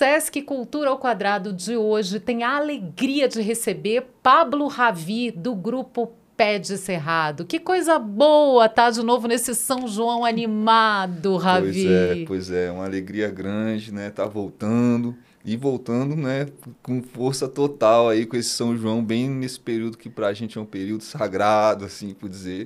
Sesc Cultura ao Quadrado de hoje tem a alegria de receber Pablo Ravi, do grupo Pé de Cerrado. Que coisa boa estar de novo nesse São João animado, Ravi. Pois é, uma alegria grande, né? Tá voltando e voltando, né, com força total aí com esse São João, bem nesse período que pra gente é um período sagrado, assim por dizer.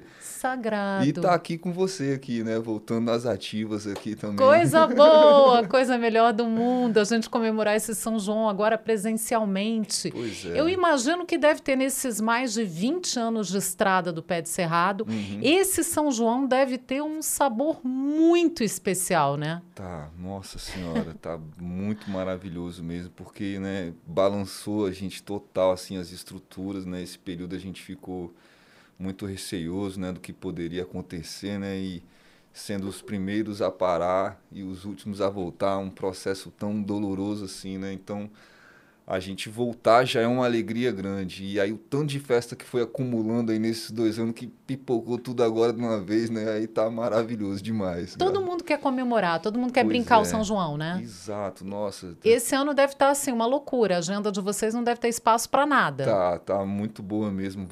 E tá Sagrado. aqui com você aqui, né, voltando às ativas aqui também. Coisa boa, coisa melhor do mundo, a gente comemorar esse São João agora presencialmente. Pois Eu é. imagino que deve ter nesses mais de 20 anos de estrada do Pé de Cerrado, Uhum. esse São João deve ter um sabor muito especial, né? Tá, nossa senhora, tá muito maravilhoso mesmo, porque, né, balançou a gente total, assim, as estruturas, né, esse período a gente ficou muito receoso, né, do que poderia acontecer, né, e sendo os primeiros a parar e os últimos a voltar, um processo tão doloroso assim, né, então a gente voltar já é uma alegria grande, e aí o tanto de festa que foi acumulando aí nesses 2 anos que pipocou tudo agora de uma vez, né, aí tá maravilhoso demais, Todo cara. mundo quer comemorar, todo mundo quer Pois brincar o São é, João, né? exato, nossa, Esse ano deve estar assim uma loucura, a agenda de vocês não deve ter espaço para nada. tá muito boa mesmo.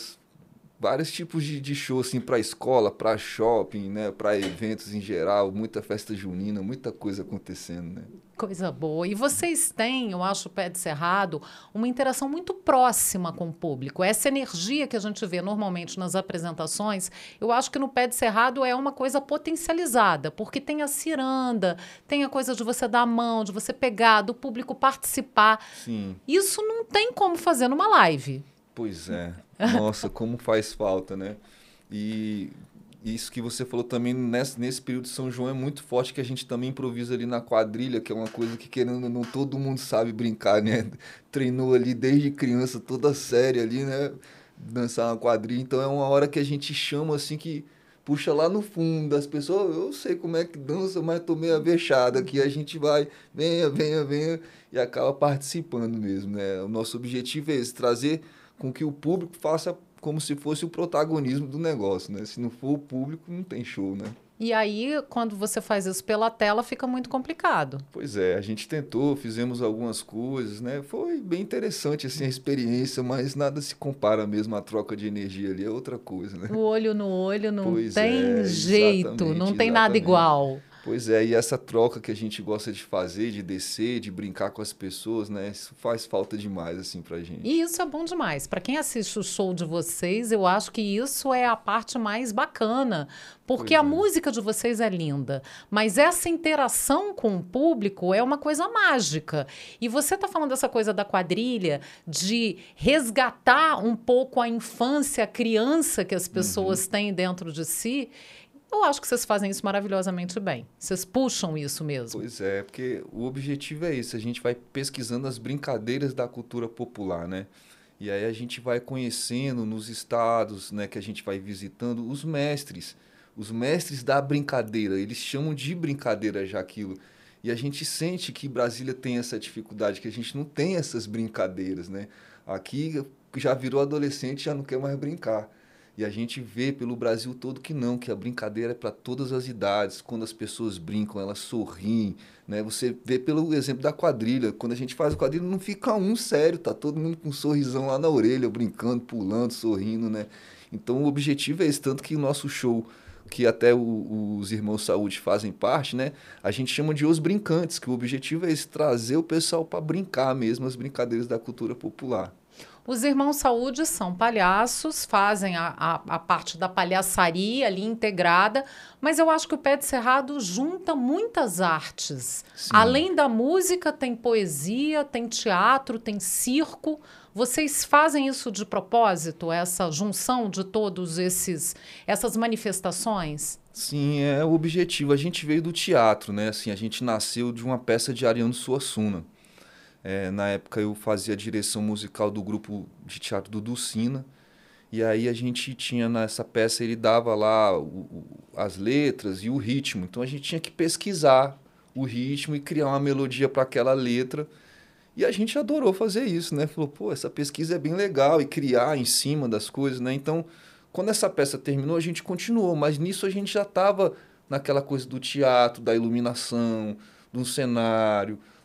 Vários tipos de show, assim, para escola, para shopping, né? Para eventos em geral, muita festa junina, muita coisa acontecendo, né? Coisa boa. E vocês têm, eu acho, o Pé de Cerrado, uma interação muito próxima com o público. Essa energia que a gente vê normalmente nas apresentações, eu acho que no Pé de Cerrado é uma coisa potencializada, porque tem a ciranda, tem a coisa de você dar a mão, de você pegar, do público participar. Sim, Isso não tem como fazer numa live. pois é. Nossa, como faz falta, né? E isso que você falou também nesse período de São João é muito forte, que a gente também improvisa ali na quadrilha, que é uma coisa que, querendo ou não, todo mundo sabe brincar, né? Treinou ali desde criança, toda série ali, né? Dançar uma quadrilha. Então é uma hora que a gente chama assim que puxa lá no fundo das pessoas. Eu sei como é que dança, mas tô meio avexado aqui. A gente vai, venha, venha, venha, e acaba participando mesmo, né? O nosso objetivo é esse, trazer com que o público faça como se fosse o protagonismo do negócio, né? Se não for o público, não tem show, né? E aí, quando você faz isso pela tela, fica muito complicado. Pois é, a gente tentou, fizemos algumas coisas, né? Foi bem interessante assim a experiência, mas nada se compara mesmo à troca de energia ali, é outra coisa, né? O olho no olho não Pois tem é, jeito, não exatamente, tem nada exatamente. igual. Pois é, e essa troca que a gente gosta de fazer, de descer, de brincar com as pessoas, né? Isso faz falta demais assim pra E gente. isso é bom demais. Para quem assiste o show de vocês, eu acho que isso é a parte mais bacana, porque a Pois é. música de vocês é linda, mas essa interação com o público é uma coisa mágica. E você está falando dessa coisa da quadrilha, de resgatar um pouco a infância, a criança que as Uhum. pessoas têm dentro de si. Eu acho que vocês fazem isso maravilhosamente bem. Vocês puxam isso mesmo. Pois é, porque o objetivo é esse, a gente vai pesquisando as brincadeiras da cultura popular, né? E aí a gente vai conhecendo nos estados, né, que a gente vai visitando os mestres da brincadeira, eles chamam de brincadeira já aquilo. E a gente sente que Brasília tem essa dificuldade, que a gente não tem essas brincadeiras, né? Aqui já virou adolescente, já não quer mais brincar. E a gente vê pelo Brasil todo que não, que a brincadeira é para todas as idades. Quando as pessoas brincam, elas sorriem, né? Você vê pelo exemplo da quadrilha. Quando a gente faz a quadrilha, não fica um sério, tá todo mundo com um sorrisão lá na orelha, brincando, pulando, sorrindo, né? Então o objetivo é esse, tanto que o nosso show, que até os Irmãos Saúde fazem parte, né? A gente chama de Os Brincantes, que o objetivo é esse, trazer o pessoal para brincar mesmo as brincadeiras da cultura popular. Os Irmãos Saúde são palhaços, fazem a parte da palhaçaria ali integrada, mas eu acho que o Pé de Cerrado junta muitas artes. Sim. Além da música, tem poesia, tem teatro, tem circo. Vocês fazem isso de propósito, essa junção de todos essas manifestações? Sim, é o objetivo. A gente veio do teatro, né? Assim, a gente nasceu de uma peça de Ariano Suassuna. Na época eu fazia a direção musical do grupo de teatro do Dulcina. E aí a gente tinha nessa peça, ele dava lá as letras e o ritmo. Então a gente tinha que pesquisar o ritmo e criar uma melodia para aquela letra. E a gente adorou fazer isso, né? Falou, pô, essa pesquisa é bem legal e criar em cima das coisas, né? Então, quando essa peça terminou, a gente continuou, mas nisso a gente já estava naquela coisa do teatro, da iluminação, do cenário,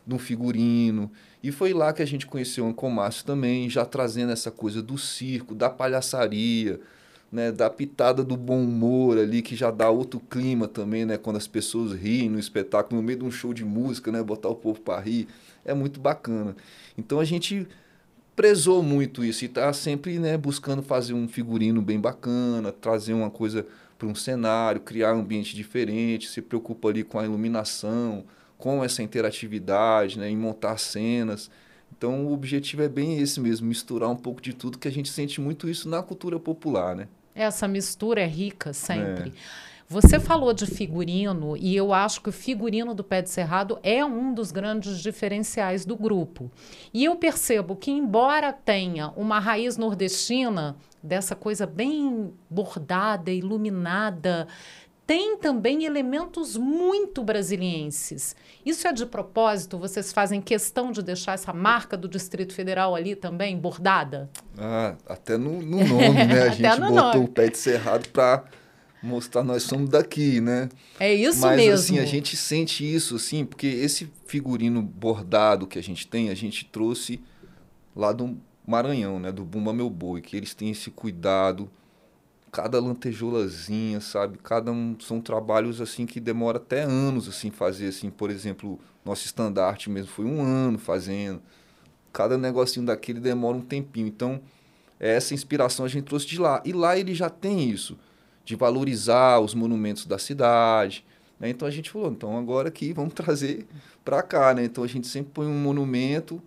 de um figurino. E foi lá que a gente conheceu o Uncle Márcio também, já trazendo essa coisa do circo, da palhaçaria, né, da pitada do bom humor ali, que já dá outro clima também, né, quando as pessoas riem no espetáculo, no meio de um show de música, né, botar o povo para rir, é muito bacana. Então a gente prezou muito isso e está sempre, né, buscando fazer um figurino bem bacana, trazer uma coisa para um cenário, criar um ambiente diferente, se preocupa ali com a iluminação, com essa interatividade, né, em montar cenas. Então o objetivo é bem esse mesmo, misturar um pouco de tudo, que a gente sente muito isso na cultura popular, né? Essa mistura é rica sempre. É. Você falou de figurino e eu acho que o figurino do Pé de Cerrado é um dos grandes diferenciais do grupo. E eu percebo que, embora tenha uma raiz nordestina, dessa coisa bem bordada, iluminada, tem também elementos muito brasilienses. Isso é de propósito? Vocês fazem questão de deixar essa marca do Distrito Federal ali também bordada? Ah, até no nome, né? A gente botou nome. o Pé de Cerrado para mostrar nós somos daqui, né? É isso Mas, mesmo. assim, a gente sente isso, assim, porque esse figurino bordado que a gente trouxe lá do Maranhão, né? Do Bumba Meu Boi, que eles têm esse cuidado, cada lantejoulazinha, sabe? Cada um são trabalhos assim que demora até anos assim fazer, assim, por exemplo, nosso estandarte mesmo foi 1 ano fazendo. Cada negocinho daquele demora um tempinho. Então, essa inspiração a gente trouxe de lá. E lá ele já tem isso, de valorizar os monumentos da cidade, né? Então a gente falou, então agora aqui vamos trazer para cá, né? Então a gente sempre põe um monumento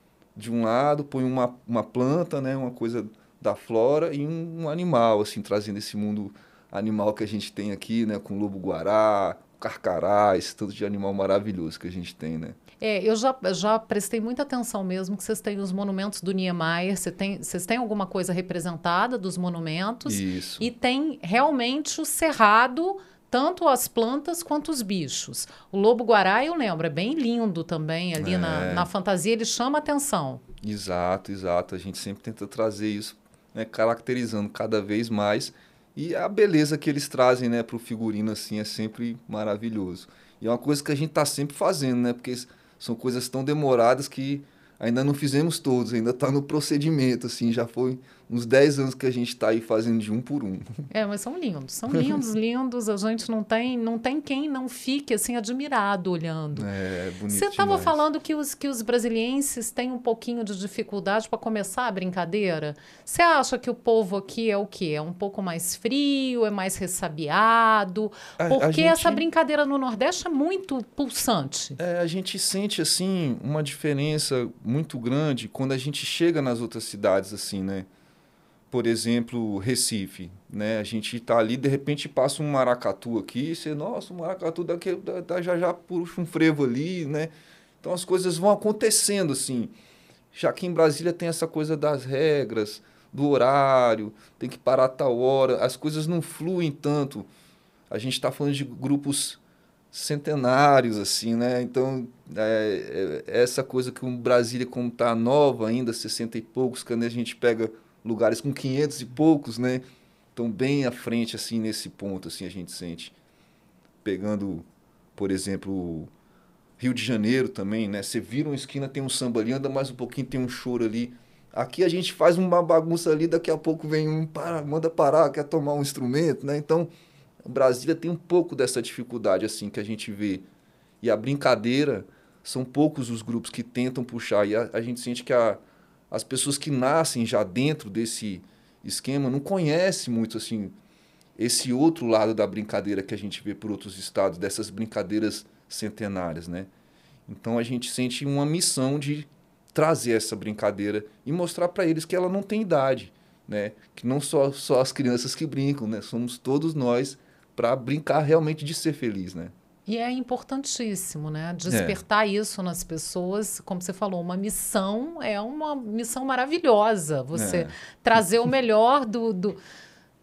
de um lado, põe uma planta, né? Uma coisa da flora e um animal, assim, trazendo esse mundo animal que a gente tem aqui, né? Com lobo-guará, carcará, esse tanto de animal maravilhoso que a gente tem, né? Eu já prestei muita atenção mesmo que vocês têm os monumentos do Niemeyer, vocês têm alguma coisa representada dos monumentos. Isso. E tem realmente o cerrado, tanto as plantas quanto os bichos. O lobo-guará, eu lembro, é bem lindo também ali na fantasia, ele chama atenção. Exato, exato. A gente sempre tenta trazer isso, né, caracterizando cada vez mais. E a beleza que eles trazem, né, para o figurino assim, é sempre maravilhoso. E é uma coisa que a gente está sempre fazendo, né? Porque são coisas tão demoradas que ainda não fizemos todos, ainda está no procedimento, assim, já foi uns 10 anos que a gente está aí fazendo de um por um. Mas são lindos, lindos. A gente não tem quem não fique assim admirado olhando. É bonito. Você estava falando que os brasilienses têm um pouquinho de dificuldade para começar a brincadeira. Você acha que o povo aqui é o quê? É um pouco mais frio, é mais ressabiado? Porque essa brincadeira no Nordeste é muito pulsante. A gente sente assim uma diferença muito grande quando a gente chega nas outras cidades, assim, né? Por exemplo, Recife, né? A gente está ali, de repente passa um maracatu aqui, você, nossa, o maracatu daqui já puxa um frevo ali, né? Então as coisas vão acontecendo assim. Já que em Brasília tem essa coisa das regras, do horário, tem que parar a tal hora, as coisas não fluem tanto. A gente está falando de grupos centenários, assim, né? Então, essa coisa que Brasília, como está nova ainda, 60 e poucos, quando a gente pega lugares com 500 e poucos, né? Estão bem à frente, assim, nesse ponto, assim, a gente sente. Pegando, por exemplo, Rio de Janeiro também, né? Você vira uma esquina, tem um samba ali, anda mais um pouquinho, tem um choro ali. Aqui a gente faz uma bagunça ali, daqui a pouco vem manda parar, quer tomar um instrumento, né? Então, Brasília tem um pouco dessa dificuldade, assim, que a gente vê. E a brincadeira, são poucos os grupos que tentam puxar. E a gente sente que as pessoas que nascem já dentro desse esquema não conhecem muito, assim, esse outro lado da brincadeira que a gente vê por outros estados, dessas brincadeiras centenárias, né? Então, a gente sente uma missão de trazer essa brincadeira e mostrar para eles que ela não tem idade, né? Que não só as crianças que brincam, né? Somos todos nós para brincar realmente de ser feliz, né? E é importantíssimo, né? Despertar isso nas pessoas, como você falou, uma missão é uma missão maravilhosa. Você trazer o melhor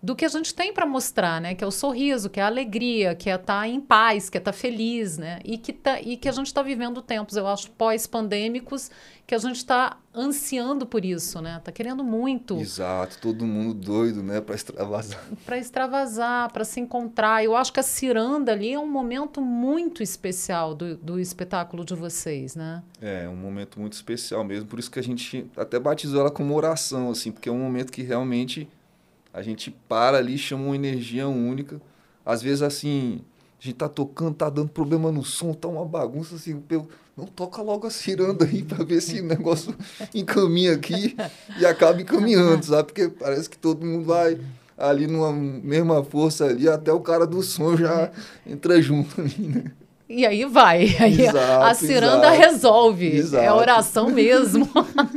do que a gente tem para mostrar, né? Que é o sorriso, que é a alegria, que é estar em paz, que é estar feliz, né? E que a gente está vivendo tempos, eu acho, pós-pandêmicos, que a gente está ansiando por isso, né? Tá querendo muito. Exato, todo mundo doido, né, para extravasar. Para extravasar, para se encontrar. Eu acho que a ciranda ali é um momento muito especial do espetáculo de vocês, né? É um momento muito especial mesmo, por isso que a gente até batizou ela como oração, assim, porque é um momento que realmente a gente para ali, chama uma energia única. Às vezes, assim, a gente tá tocando, tá dando problema no som, tá uma bagunça, assim, não toca logo a ciranda aí para ver se o negócio encaminha aqui e acaba encaminhando, sabe? Porque parece que todo mundo vai ali numa mesma força ali, até o cara do som já entra junto ali, né? E aí vai. Aí Exato, a ciranda exato. resolve. Exato. É oração mesmo.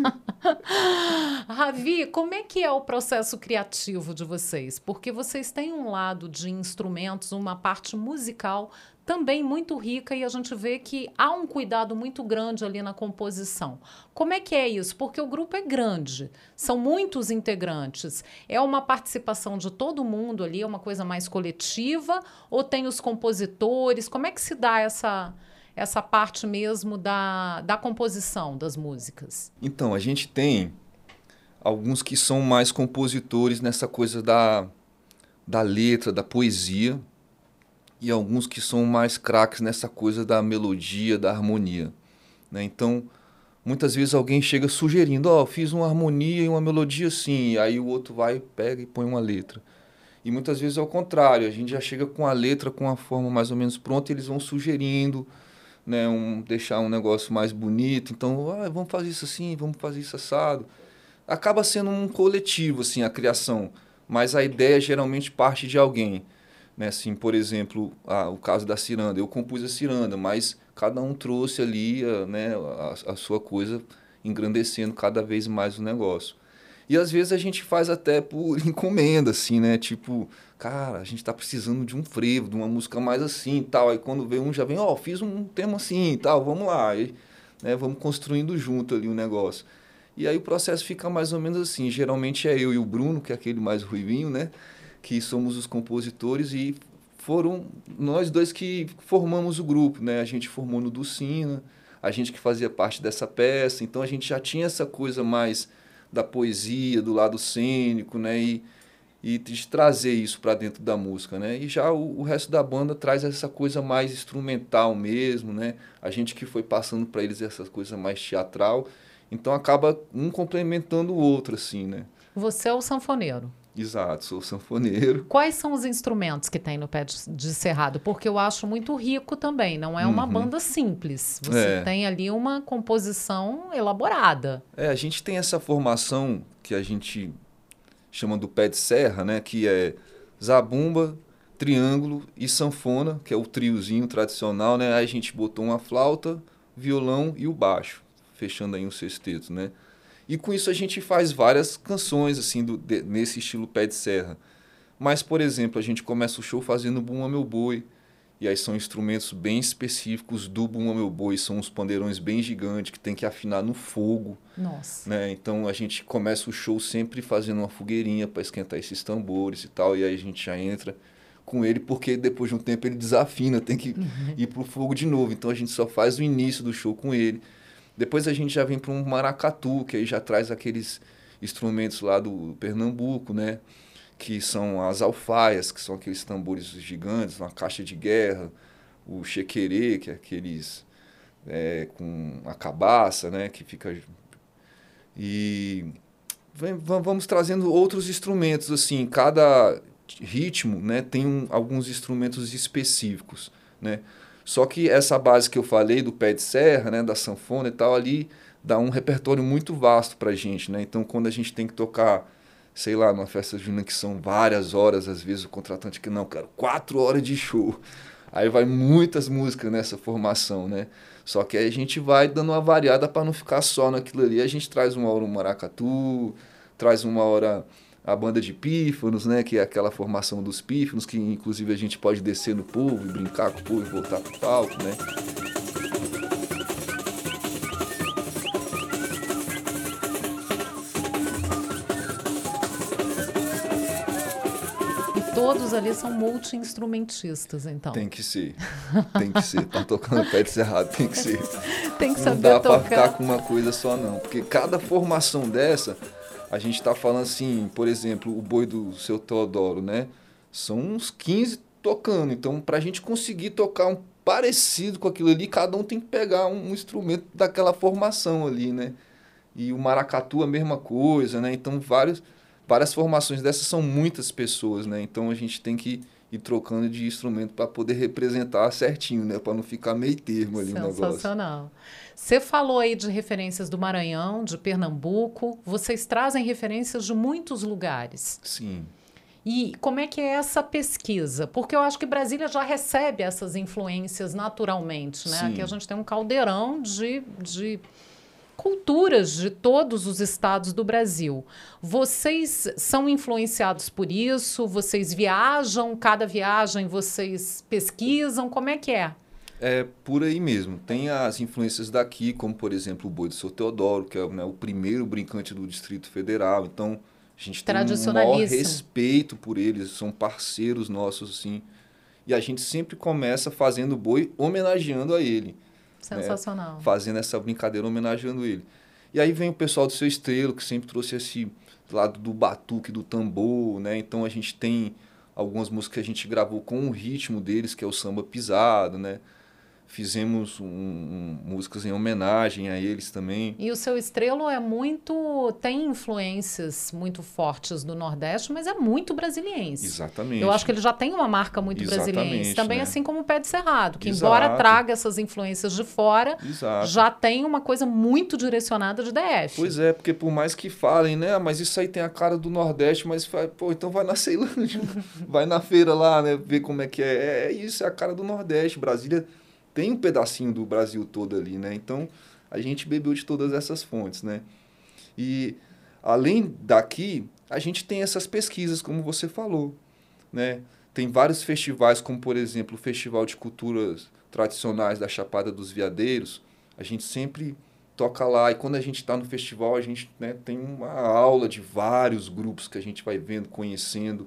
Ravi, como é que é o processo criativo de vocês? Porque vocês têm um lado de instrumentos, uma parte musical também muito rica e a gente vê que há um cuidado muito grande ali na composição. Como é que é isso? Porque o grupo é grande, são muitos integrantes. É uma participação de todo mundo ali, é uma coisa mais coletiva? Ou tem os compositores? Como é que se dá essa parte mesmo da composição das músicas? Então, a gente tem alguns que são mais compositores nessa coisa da letra, da poesia, e alguns que são mais craques nessa coisa da melodia, da harmonia, né? Então, muitas vezes alguém chega sugerindo, fiz uma harmonia e uma melodia assim, e aí o outro vai, pega e põe uma letra. E muitas vezes é o contrário, a gente já chega com a letra, com a forma mais ou menos pronta, e eles vão sugerindo, né, deixar um negócio mais bonito. Então, vamos fazer isso assim, vamos fazer isso assado. Acaba sendo um coletivo, assim, a criação, mas a ideia geralmente parte de alguém, né? Assim, por exemplo, o caso da ciranda. Eu compus a ciranda, mas cada um trouxe ali, né, a sua coisa, engrandecendo cada vez mais o negócio. E às vezes a gente faz até por encomenda, assim, né? Tipo, cara, a gente tá precisando de um frevo, de uma música mais assim e tal. Aí quando vem um, já vem, fiz um tema assim e tal, vamos lá. Aí, né, vamos construindo junto ali o negócio. E aí o processo fica mais ou menos assim. Geralmente é eu e o Bruno, que é aquele mais ruivinho, né? Que somos os compositores e foram nós dois que formamos o grupo, né? A gente formou no Dulcina, a gente que fazia parte dessa peça. Então a gente já tinha essa coisa mais da poesia, do lado cênico, né? E de trazer isso para dentro da música, né? E já o resto da banda traz essa coisa mais instrumental mesmo, né? A gente que foi passando para eles essa coisa mais teatral. Então acaba um complementando o outro, assim, né? Você é o sanfoneiro. Exato, sou sanfoneiro. Quais são os instrumentos que tem no Pé de Cerrado? Porque eu acho muito rico também, não é uma banda simples. Você tem ali uma composição elaborada. A gente tem essa formação que a gente chama do pé de serra, né? Que é zabumba, triângulo e sanfona, que é o triozinho tradicional, né? Aí a gente botou uma flauta, violão e o baixo, fechando aí um sexteto, né? E com isso a gente faz várias canções assim nesse estilo pé de serra. Mas, por exemplo, a gente começa o show fazendo Bumba Meu Boi, e aí são instrumentos bem específicos do Bumba Meu Boi, são uns pandeirões bem gigantes que tem que afinar no fogo. Nossa. Né? Então a gente começa o show sempre fazendo uma fogueirinha para esquentar esses tambores e tal, e aí a gente já entra com ele, porque depois de um tempo ele desafina, tem que ir pro fogo de novo. Então a gente só faz o início do show com ele. Depois a gente já vem para um maracatu, que aí já traz aqueles instrumentos lá do Pernambuco, né? Que são as alfaias, que são aqueles tambores gigantes, uma caixa de guerra, o chequerê, que é aqueles com a cabaça, né? Que fica... E vamos trazendo outros instrumentos, assim, cada ritmo, né, tem alguns instrumentos específicos, né? Só que essa base que eu falei do pé de serra, né, da sanfona e tal, ali dá um repertório muito vasto pra gente, né? Então, quando a gente tem que tocar, sei lá, numa festa junina que são várias horas, às vezes o contratante que não, cara, 4 horas de show. Aí vai muitas músicas nessa formação, né? Só que aí a gente vai dando uma variada para não ficar só naquilo ali. A gente traz uma hora um maracatu, traz uma hora a banda de pífanos, né, que é aquela formação dos pífanos, que inclusive a gente pode descer no povo e brincar com o povo e voltar pro palco, né? todos ali são multi-instrumentistas, então. Tem que ser. Tem que ser. Tá tocando pé de cerrado, tem que ser. Tem que Não saber dá tocar. pra ficar com uma coisa só, não. Porque cada formação dessa, a gente tá falando assim, por exemplo, o boi do seu Teodoro, né? São uns 15 tocando. Então, pra gente conseguir tocar um parecido com aquilo ali, cada um tem que pegar um instrumento daquela formação ali, né? E o maracatu a mesma coisa, né? Então, várias formações dessas são muitas pessoas, né? Então, a gente tem que ir trocando de instrumento para poder representar certinho, né? Para não ficar meio termo ali o negócio. Sensacional. Você falou aí de referências do Maranhão, de Pernambuco. Vocês trazem referências de muitos lugares. Sim. E como é que é essa pesquisa? Porque eu acho que Brasília já recebe essas influências naturalmente, né? Sim. Aqui a gente tem um caldeirão de culturas de todos os estados do Brasil. Vocês são influenciados por isso? Vocês viajam? Cada viagem vocês pesquisam? Como é que é? É por aí mesmo. Tem as influências daqui, como por exemplo o boi do seu Teodoro, que é, né, o primeiro brincante do Distrito Federal. Então a gente tem um maior respeito por eles, são parceiros nossos, assim. E a gente sempre começa fazendo o boi homenageando a ele. Sensacional. Né? Fazendo essa brincadeira homenageando ele. E aí vem o pessoal do Seu Estrelo, que sempre trouxe esse lado do batuque, do tambor, né? Então a gente tem algumas músicas que a gente gravou com o ritmo deles, que é o samba pisado, né? Fizemos músicas em homenagem a eles também. E o Seu Estrelo é muito... tem influências muito fortes do Nordeste, mas é muito brasiliense. Exatamente. Eu acho que ele já tem uma marca muito brasiliense. Também né? assim como o Pé de Cerrado, que embora traga essas influências de fora, já tem uma coisa muito direcionada de DF. Pois é, porque por mais que falem, né? Mas isso aí tem a cara do Nordeste, mas pô, então vai na Ceilândia, vai na feira lá, né? Ver como é que é. É isso, é a cara do Nordeste. Brasília tem um pedacinho do Brasil todo ali, né? Então, a gente bebeu de todas essas fontes, né? E, além daqui, a gente tem essas pesquisas, como você falou, né? Tem vários festivais, como, por exemplo, o Festival de Culturas Tradicionais da Chapada dos Veadeiros. A gente sempre toca lá. E quando a gente está no festival, a gente, né, tem uma aula de vários grupos que a gente vai vendo, conhecendo.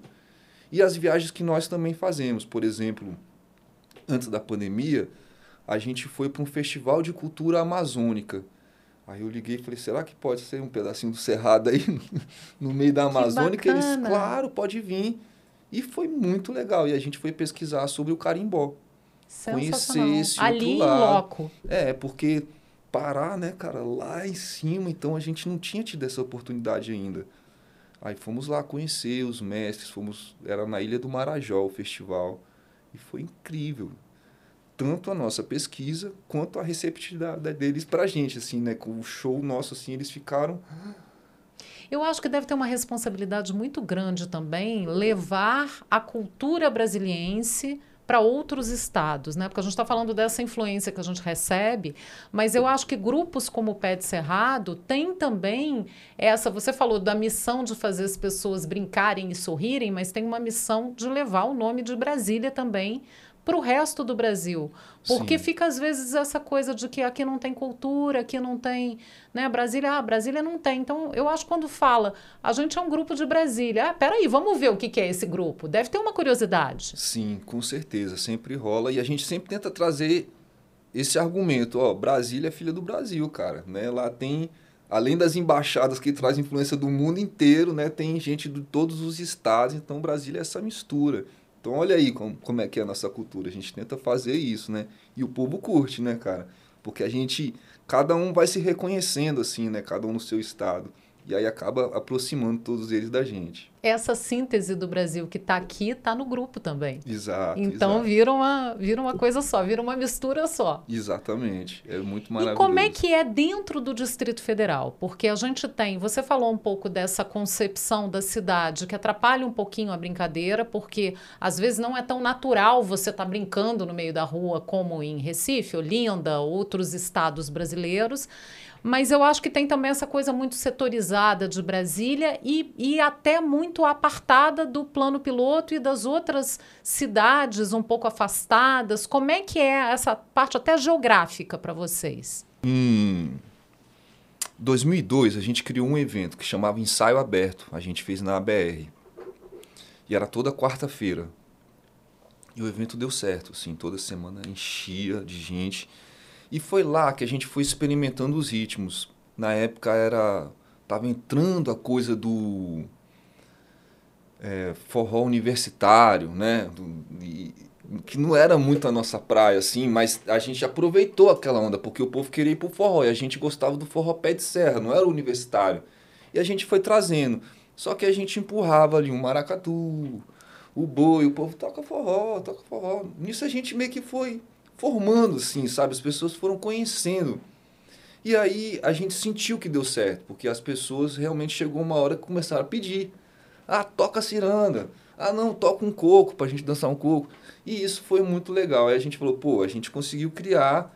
E as viagens que nós também fazemos. Por exemplo, antes da pandemia, a gente foi para um festival de cultura amazônica. Aí eu liguei e falei, será que pode ser um pedacinho do Cerrado aí no meio da Amazônica? Eles, claro, pode vir. E foi muito legal. E a gente foi pesquisar sobre o carimbó. Conhecer esse ali outro lado. Em loco. É, porque Pará, né, cara, lá em cima, então a gente não tinha tido essa oportunidade ainda. Aí fomos lá conhecer os mestres, era na Ilha do Marajó o festival. E foi incrível. Tanto a nossa pesquisa, quanto a receptividade deles pra gente, assim, né? Com o show nosso, assim, eles ficaram... Eu acho que deve ter uma responsabilidade muito grande também levar a cultura brasiliense para outros estados, né? Porque a gente está falando dessa influência que a gente recebe, mas eu acho que grupos como o Pé de Cerrado têm também essa... Você falou da missão de fazer as pessoas brincarem e sorrirem, mas tem uma missão de levar o nome de Brasília também para o resto do Brasil. Porque Sim. fica, às vezes, essa coisa de que aqui não tem cultura, aqui não tem... Né? Brasília não tem. Então, eu acho que quando fala, a gente é um grupo de Brasília. Ah, peraí, vamos ver o que é esse grupo. Deve ter uma curiosidade. Sim, com certeza. Sempre rola. E a gente sempre tenta trazer esse argumento. Ó, Brasília é filha do Brasil, cara. Né? Lá tem... Além das embaixadas que trazem influência do mundo inteiro, né? Tem gente de todos os estados. Então, Brasília é essa mistura. Então, olha aí como é que é a nossa cultura. A gente tenta fazer isso, né? E o povo curte, né, cara? Porque cada um vai se reconhecendo, assim, né? Cada um no seu estado. E aí acaba aproximando todos eles da gente. Essa síntese do Brasil que está aqui está no grupo também. Exato. Então vira uma coisa só, vira uma mistura só. Exatamente. É muito maravilhoso. E como é que é dentro do Distrito Federal? Porque a gente tem... Você falou um pouco dessa concepção da cidade que atrapalha um pouquinho a brincadeira, porque às vezes não é tão natural você estar brincando no meio da rua como em Recife, Olinda, outros estados brasileiros. Mas eu acho que tem também essa coisa muito setorizada de Brasília e até muito apartada do plano piloto e das outras cidades um pouco afastadas. Como é que é essa parte até geográfica para vocês? Em 2002, a gente criou um evento que chamava Ensaio Aberto. A gente fez na ABR. E era toda quarta-feira. E o evento deu certo, assim, toda semana enchia de gente. E foi lá que a gente foi experimentando os ritmos. Na época tava entrando a coisa do forró universitário, né? Que não era muito a nossa praia, assim, mas a gente aproveitou aquela onda, porque o povo queria ir pro forró, e a gente gostava do forró pé de serra, não era o universitário. E a gente foi trazendo. Só que a gente empurrava ali um maracatu, o boi, o povo toca forró, toca forró. Nisso a gente meio que foi formando, assim, sabe? As pessoas foram conhecendo. E aí a gente sentiu que deu certo, porque as pessoas realmente chegou uma hora que começaram a pedir. Ah, toca ciranda. Ah, não, toca um coco pra gente dançar um coco. E isso foi muito legal. Aí a gente falou, pô, a gente conseguiu criar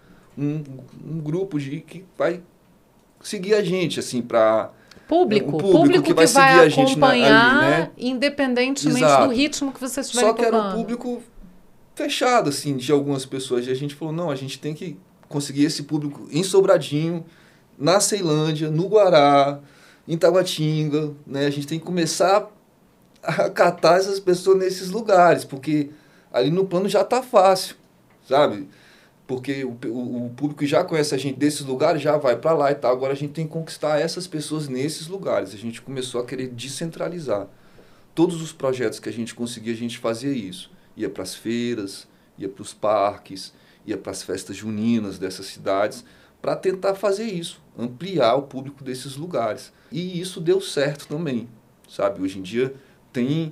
um grupo que vai seguir a gente, assim, pra... Um Público, público que vai vai seguir a gente ali, acompanhar né? independentemente do Exato. ritmo que você estiver Só que era um tocando. público fechado, assim, de algumas pessoas. E a gente falou, não, a gente tem que conseguir esse público em Sobradinho, na Ceilândia, no Guará, em Taguatinga, né? A gente tem que começar a catar essas pessoas nesses lugares, porque ali no plano já tá fácil, sabe? Porque o público que já conhece a gente desses lugares já vai para lá e tal. Agora a gente tem que conquistar essas pessoas nesses lugares. A gente começou a querer descentralizar. Todos os projetos que a gente conseguia, a gente fazia isso. Ia para as feiras, ia para os parques, ia para as festas juninas dessas cidades, para tentar fazer isso, ampliar o público desses lugares. E isso deu certo também, sabe? Hoje em dia tem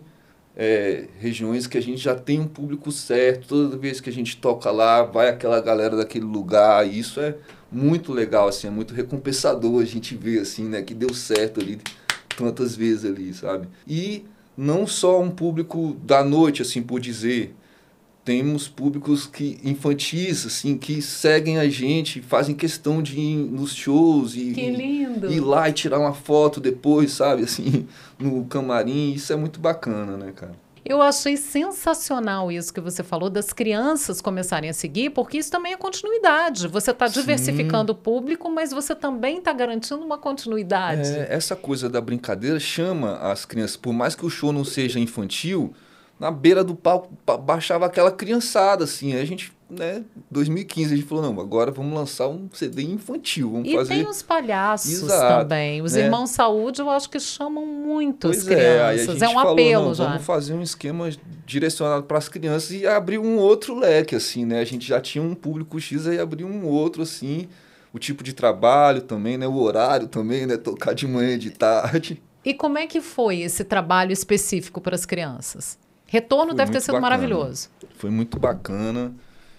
regiões que a gente já tem um público certo, toda vez que a gente toca lá, vai aquela galera daquele lugar, e isso é muito legal, assim, é muito recompensador a gente ver, assim, né, que deu certo ali tantas vezes ali, sabe? E não só um público da noite, assim, por dizer, temos públicos infantis, assim, que seguem a gente, fazem questão de ir nos shows Que lindo! ir lá e tirar uma foto depois, sabe, assim, no camarim. Isso é muito bacana, né, cara? Eu achei sensacional isso que você falou das crianças começarem a seguir, porque isso também é continuidade. Você está Sim. diversificando o público, mas você também está garantindo uma continuidade. Essa coisa da brincadeira chama as crianças, por mais que o show não seja infantil, na beira do palco baixava aquela criançada, assim. Aí a gente, né, 2015, a gente falou, não, agora vamos lançar um CD infantil, vamos E tem fazer... os palhaços Exato, também. Os né? Irmãos Saúde, eu acho que chamam muito as Pois é, aí a crianças. É gente um falou, apelo não, já. vamos fazer um esquema direcionado para as crianças e abrir um outro leque, assim, né? A gente já tinha um público X, aí abriu um outro, assim, o tipo de trabalho também, né? O horário também, né? Tocar de manhã, de tarde. E como é que foi esse trabalho específico para as crianças? Retorno Foi deve ter muito sido bacana. maravilhoso. Foi muito bacana.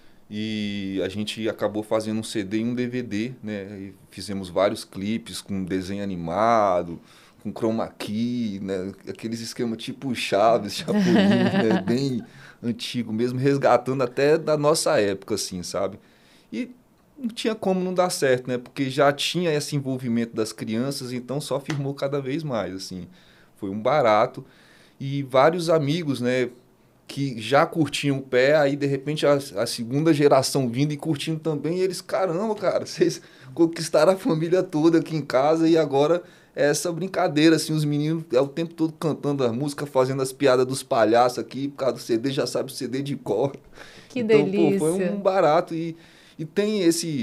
E a gente acabou fazendo um CD e um DVD, né? E fizemos vários clipes com desenho animado, com chroma key, né? Aqueles esquemas tipo Chaves, Chapolin, né? Bem antigo mesmo, resgatando até da nossa época, assim, sabe? E não tinha como não dar certo, né? Porque já tinha esse envolvimento das crianças, então só firmou cada vez mais, assim. Foi um barato. E vários amigos, né? Que já curtiam o pé, aí de repente a segunda geração vindo e curtindo também, e eles, caramba, cara, vocês conquistaram a família toda aqui em casa e agora é essa brincadeira, assim, os meninos é o tempo todo cantando as músicas, fazendo as piadas dos palhaços aqui, por causa do CD, já sabe o CD de cor. Que Então, pô, foi um delícia! barato e tem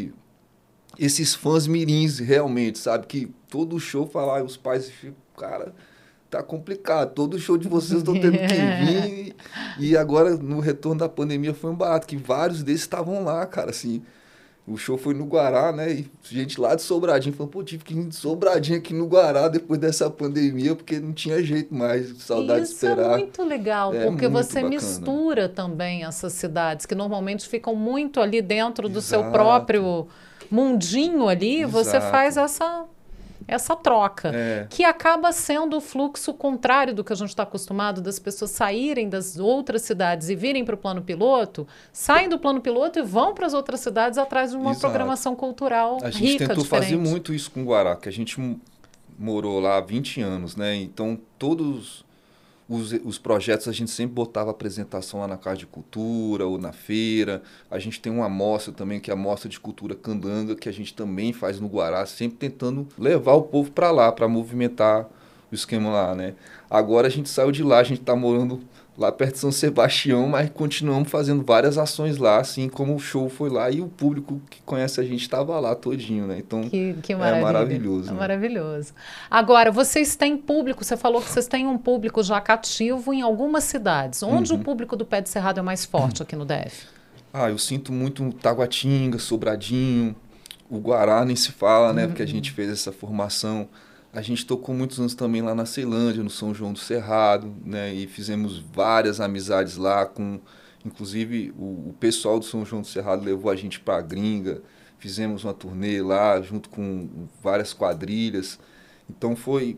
esses fãs mirins realmente, sabe, que todo show fala, os pais ficam, cara... Tá complicado. Todo show de vocês estão tendo que vir. E agora, no retorno da pandemia, foi um barato, que vários desses estavam lá, cara, assim. O show foi no Guará, né? E gente lá de Sobradinho falou, pô, tive que ir de Sobradinho aqui no Guará depois dessa pandemia, porque não tinha jeito mais. E Saudade de isso é esperar. muito legal, É porque muito você bacana. mistura também essas cidades que normalmente ficam muito ali dentro do seu Exato, próprio mundinho ali, você faz exato. essa troca, É, que acaba sendo o fluxo contrário do que a gente está acostumado, das pessoas saírem das outras cidades e virem para o plano piloto, saem do plano piloto e vão para as outras cidades atrás de uma exato. programação cultural A gente rica, tentou fazer diferente. muito isso com o Guará, que a gente morou lá há 20 anos, né? Então, todos os projetos a gente sempre botava apresentação lá na Casa de Cultura ou na feira. A gente tem uma amostra também, que é a Mostra de Cultura Candanga, que a gente também faz no Guará, sempre tentando levar o povo para lá, para movimentar o esquema lá, né? Agora a gente saiu de lá, a gente está morando lá perto de São Sebastião, mas continuamos fazendo várias ações lá, assim como o show foi lá e o público que conhece a gente estava lá todinho, né? Então, Que é maravilha. maravilhoso. É né? maravilhoso. Agora, vocês têm público, você falou que vocês têm um público já cativo em algumas cidades. Onde o público do Pé de Cerrado é mais forte aqui no DF? Ah, eu sinto muito Taguatinga, Sobradinho, o Guará nem se fala, né? Porque a gente fez essa formação. A gente tocou muitos anos também lá na Ceilândia, no São João do Cerrado, né? E fizemos várias amizades lá com... Inclusive, o pessoal do São João do Cerrado levou a gente para a gringa. Fizemos uma turnê lá, junto com várias quadrilhas. Então, foi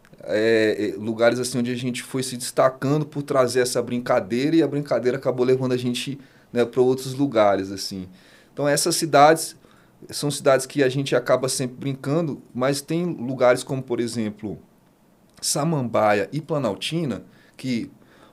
lugares assim onde a gente foi se destacando por trazer essa brincadeira. E a brincadeira acabou levando a gente, né, para outros lugares, assim. Então, essas cidades... São cidades que a gente acaba sempre brincando, mas tem lugares como, por exemplo, Samambaia e Planaltina, que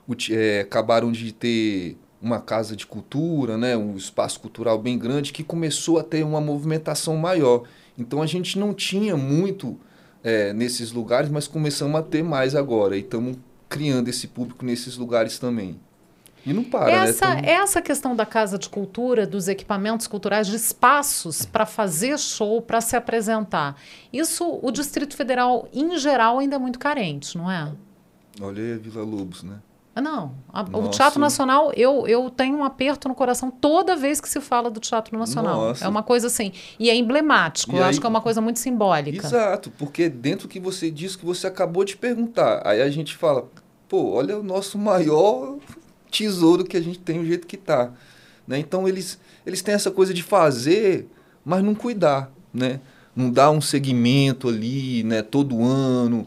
acabaram de ter uma casa de cultura, né, um espaço cultural bem grande, que começou a ter uma movimentação maior. Então a gente não tinha muito nesses lugares, mas começamos a ter mais agora. E estamos criando esse público nesses lugares também. E não para, né? Essa questão da Casa de Cultura, dos equipamentos culturais, de espaços para fazer show, para se apresentar. Isso, o Distrito Federal, em geral, ainda é muito carente, não é? Olha aí a Vila Lobos, né? Não. O Teatro Nacional, eu tenho um aperto no coração toda vez que se fala do Teatro Nacional. Nossa. É uma coisa assim. E é emblemático. Eu acho que é uma coisa muito simbólica. Exato, porque dentro que você disse que você acabou de perguntar, aí a gente fala, pô, olha o nosso maior tesouro que a gente tem, o jeito que tá, né? Então eles têm essa coisa de fazer, mas não cuidar, né? Não dá um segmento ali, né? Todo ano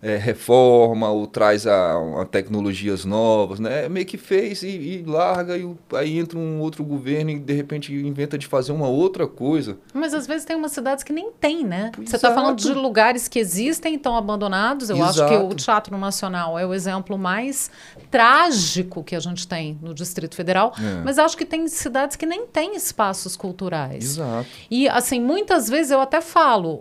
reforma ou traz tecnologias novas, né? Meio que fez e larga e aí entra um outro governo e de repente inventa de fazer uma outra coisa. Mas às vezes tem umas cidades que nem tem, né? Exato. Você está falando de lugares que existem e estão abandonados. Eu Exato. acho que o Teatro Nacional é o exemplo mais trágico que a gente tem no Distrito Federal, mas acho que tem cidades que nem têm espaços culturais. Exato. E assim, muitas vezes eu até falo,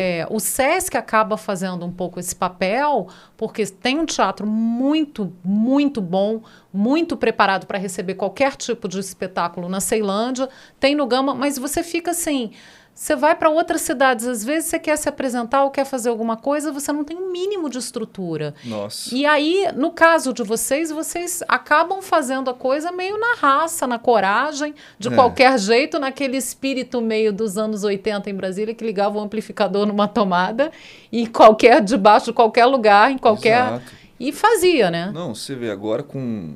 o SESC acaba fazendo um pouco esse papel, porque tem um teatro muito, muito bom, muito preparado para receber qualquer tipo de espetáculo na Ceilândia, tem no Gama, mas você fica assim, você vai para outras cidades, às vezes você quer se apresentar ou quer fazer alguma coisa, você não tem um mínimo de estrutura. Nossa. E aí, no caso de vocês acabam fazendo a coisa meio na raça, na coragem, de qualquer jeito, naquele espírito meio dos anos 80 em Brasília, que ligava o amplificador numa tomada e debaixo de qualquer lugar, em qualquer... Exato. E fazia, né? Não, você vê agora com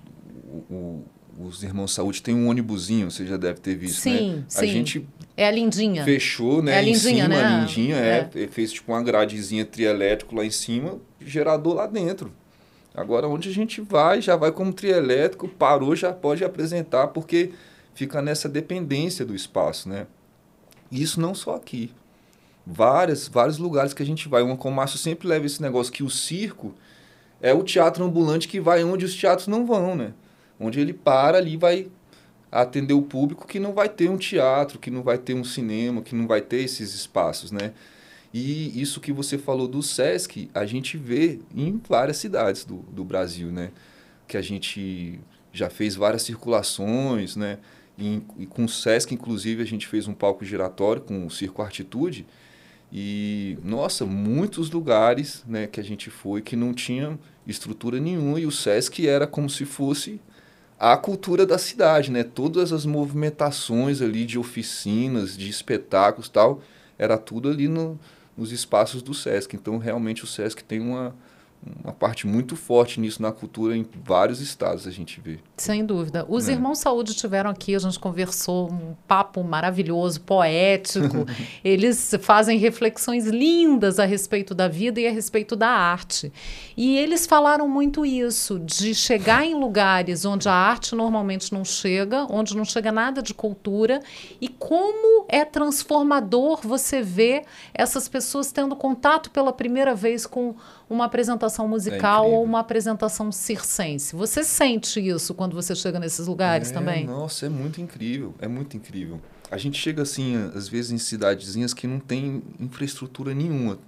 os Irmãos Saúde tem um ônibusinho, você já deve ter visto, sim, né? Sim, a gente é a Lindinha. Fechou, né? É a Lindinha, em cima, né? A Lindinha, fez tipo uma gradezinha trielétrico lá em cima, gerador lá dentro. Agora, onde a gente vai, já vai como trielétrico, parou, já pode apresentar, porque fica nessa dependência do espaço, né? E isso não só aqui. Vários lugares que a gente vai. O Márcio sempre leva esse negócio que o circo é o teatro ambulante que vai onde os teatros não vão, né? Onde ele para ali vai atender o público que não vai ter um teatro, que não vai ter um cinema, que não vai ter esses espaços, né? E isso que você falou do SESC, a gente vê em várias cidades do Brasil, né? Que a gente já fez várias circulações, né? E com o SESC, inclusive, a gente fez um palco giratório com o Circo Artitude. E, nossa, muitos lugares, né, que a gente foi que não tinha estrutura nenhuma. E o SESC era como se fosse a cultura da cidade, né? Todas as movimentações ali de oficinas, de espetáculos e tal, era tudo ali nos espaços do SESC. Então, realmente, o SESC tem uma parte muito forte nisso na cultura em vários estados a gente vê. Sem dúvida. Os Irmãos Saúde estiveram aqui, a gente conversou, um papo maravilhoso, poético. Eles fazem reflexões lindas a respeito da vida e a respeito da arte. E eles falaram muito isso, de chegar em lugares onde a arte normalmente não chega, onde não chega nada de cultura, e como é transformador você ver essas pessoas tendo contato pela primeira vez com uma apresentação musical ou uma apresentação circense. Você sente isso quando você chega nesses lugares também? Nossa, é muito incrível, é muito incrível. A gente chega assim, às vezes em cidadezinhas que não tem infraestrutura nenhuma,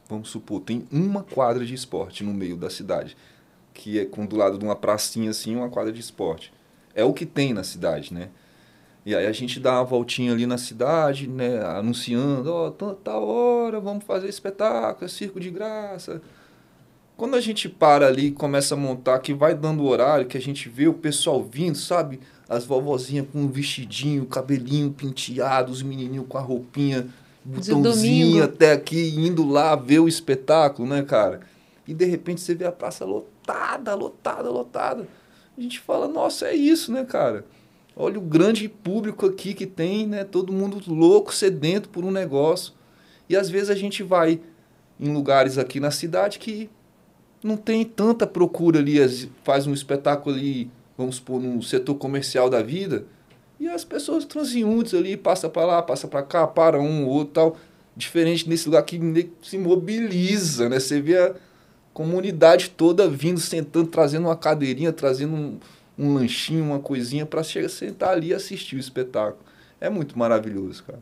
vamos supor, tem uma quadra de esporte no meio da cidade, que é do lado de uma pracinha assim, uma quadra de esporte. É o que tem na cidade, né? E aí a gente dá uma voltinha ali na cidade, né, anunciando, ó, tal hora, vamos fazer espetáculo, é circo de graça. Quando a gente para ali e começa a montar, que vai dando o horário, que a gente vê o pessoal vindo, sabe? As vovozinhas com um vestidinho, cabelinho penteado, os menininhos com a roupinha, De botãozinho domingo. até aqui, indo lá ver o espetáculo, né, cara? E de repente você vê a praça lotada, lotada, lotada. A gente fala, nossa, é isso, né, cara? Olha o grande público aqui que tem, né? Todo mundo louco, sedento por um negócio. E às vezes a gente vai em lugares aqui na cidade que não tem tanta procura ali, faz um espetáculo ali, vamos supor, no setor comercial da vida, e as pessoas transeuntes ali, passa para lá, passa para cá, para um ou outro tal. Diferente nesse lugar que se mobiliza, né? Você vê a comunidade toda vindo, sentando, trazendo uma cadeirinha, trazendo um lanchinho, uma coisinha para sentar ali e assistir o espetáculo. É muito maravilhoso, cara.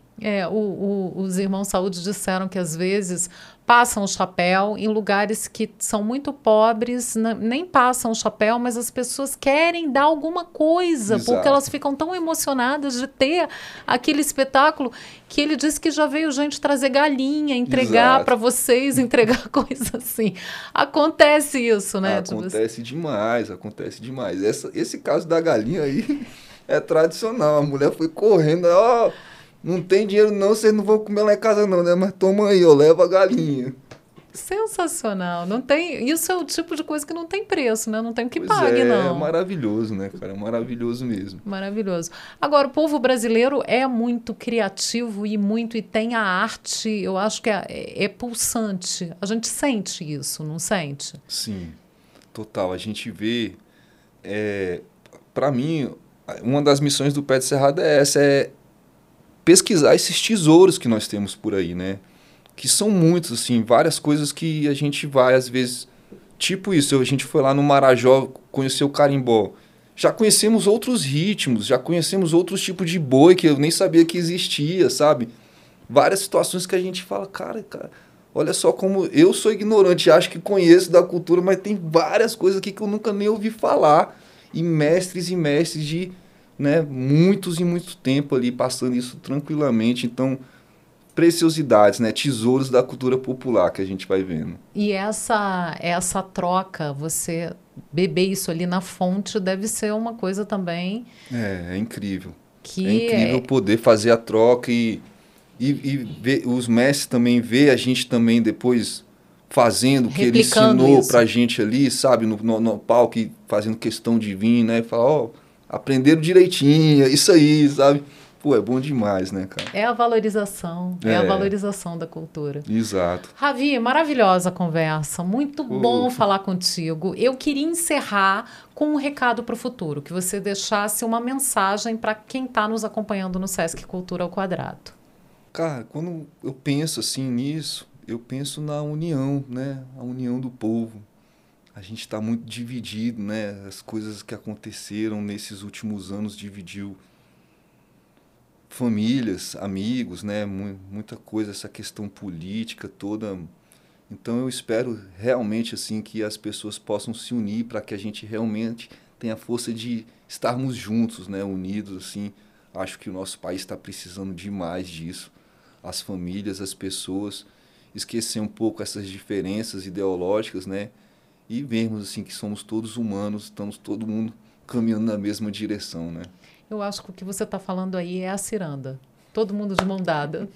Os irmãos Saúde disseram que às vezes passam o chapéu em lugares que são muito pobres, nem passam o chapéu, mas as pessoas querem dar alguma coisa, porque Exato. elas ficam tão emocionadas de ter aquele espetáculo que ele disse que já veio gente trazer galinha, entregar Exato. para vocês, entregar coisa assim. Acontece isso, né? Acontece demais, acontece demais. Esse caso da galinha aí é tradicional. A mulher foi correndo, ó, não tem dinheiro não, vocês não vão comer lá em casa não, né? Mas toma aí, ó, leva a galinha. Sensacional. Não tem, isso é o tipo de coisa que não tem preço, né? Não tem o que Pois pague, é, não. maravilhoso, né, cara? É maravilhoso mesmo. Maravilhoso. Agora, o povo brasileiro é muito criativo e tem a arte, eu acho que é pulsante. A gente sente isso, não sente? Sim, total. A gente vê, para mim, uma das missões do Pé de Cerrado é essa, é pesquisar esses tesouros que nós temos por aí, né? Que são muitos, assim, várias coisas que a gente vai, às vezes, tipo isso, a gente foi lá no Marajó, conheceu o carimbó. Já conhecemos outros ritmos, já conhecemos outros tipos de boi que eu nem sabia que existia, sabe? Várias situações que a gente fala, cara, olha só como eu sou ignorante, acho que conheço da cultura, mas tem várias coisas aqui que eu nunca nem ouvi falar. E mestres de, né, muitos e muito tempo ali, passando isso tranquilamente. Então, preciosidades, né, tesouros da cultura popular que a gente vai vendo. E essa troca, você beber isso ali na fonte, deve ser uma coisa também É incrível. É que incrível poder fazer a troca e ver, os mestres também ver a gente também depois fazendo o que ele replicando ensinou isso. pra gente ali, sabe, no palco, e fazendo questão de vir, né, e falar, ó, aprenderam direitinho, isso aí, sabe? Pô, é bom demais, né, cara? É a valorização da cultura. Exato. Ravi, maravilhosa a conversa, muito bom falar contigo. Eu queria encerrar com um recado para o futuro, que você deixasse uma mensagem para quem está nos acompanhando no Sesc Cultura ao Quadrado. Cara, quando eu penso assim nisso, eu penso na união, né? A união do povo. A gente está muito dividido, né? As coisas que aconteceram nesses últimos anos dividiu famílias, amigos, né? Muita coisa, essa questão política toda. Então eu espero realmente assim que as pessoas possam se unir para que a gente realmente tenha a força de estarmos juntos, né? Unidos assim. Acho que o nosso país está precisando demais disso. As famílias, as pessoas, esquecer um pouco essas diferenças ideológicas, né? E vermos assim que somos todos humanos, estamos todo mundo caminhando na mesma direção, né? Eu acho que o que você está falando aí é a ciranda. Todo mundo de mão dada.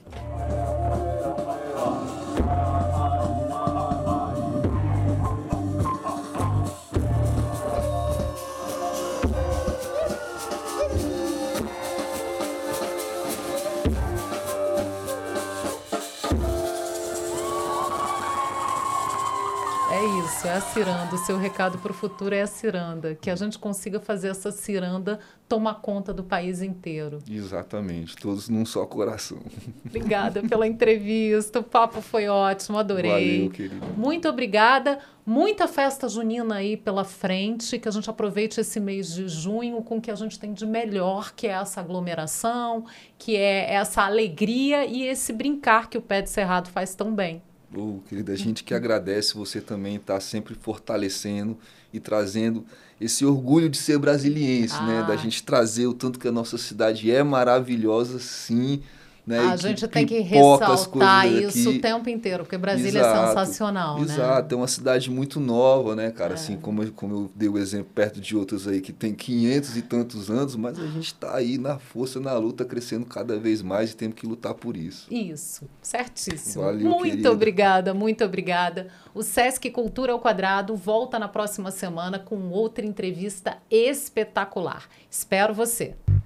É isso, é a ciranda. O seu recado para o futuro é a ciranda. Que a gente consiga fazer essa ciranda tomar conta do país inteiro. Exatamente, todos num só coração. Obrigada pela entrevista, o papo foi ótimo, adorei. Valeu, querido. Muito obrigada. Muita festa junina aí pela frente, que a gente aproveite esse mês de junho com o que a gente tem de melhor, que é essa aglomeração, que é essa alegria e esse brincar que o Pé de Cerrado faz tão bem. Querida, a gente que agradece você também estar sempre fortalecendo e trazendo esse orgulho de ser brasiliense, né? Da gente trazer o tanto que a nossa cidade é maravilhosa, sim, né? A E que gente tem que pipoca as ressaltar coisas isso o aqui. tempo inteiro, porque Brasília é Exato, sensacional, né? exato. É uma cidade muito nova, né, cara? Assim, É. como eu dei o exemplo perto de outras aí que tem 500 e tantos anos, mas a gente está aí na força, na luta, crescendo cada vez mais e temos que lutar por isso. Isso, certíssimo. Valeu, Muito querida. obrigada, muito obrigada. O Sesc Cultura ao Quadrado volta na próxima semana com outra entrevista espetacular. Espero você.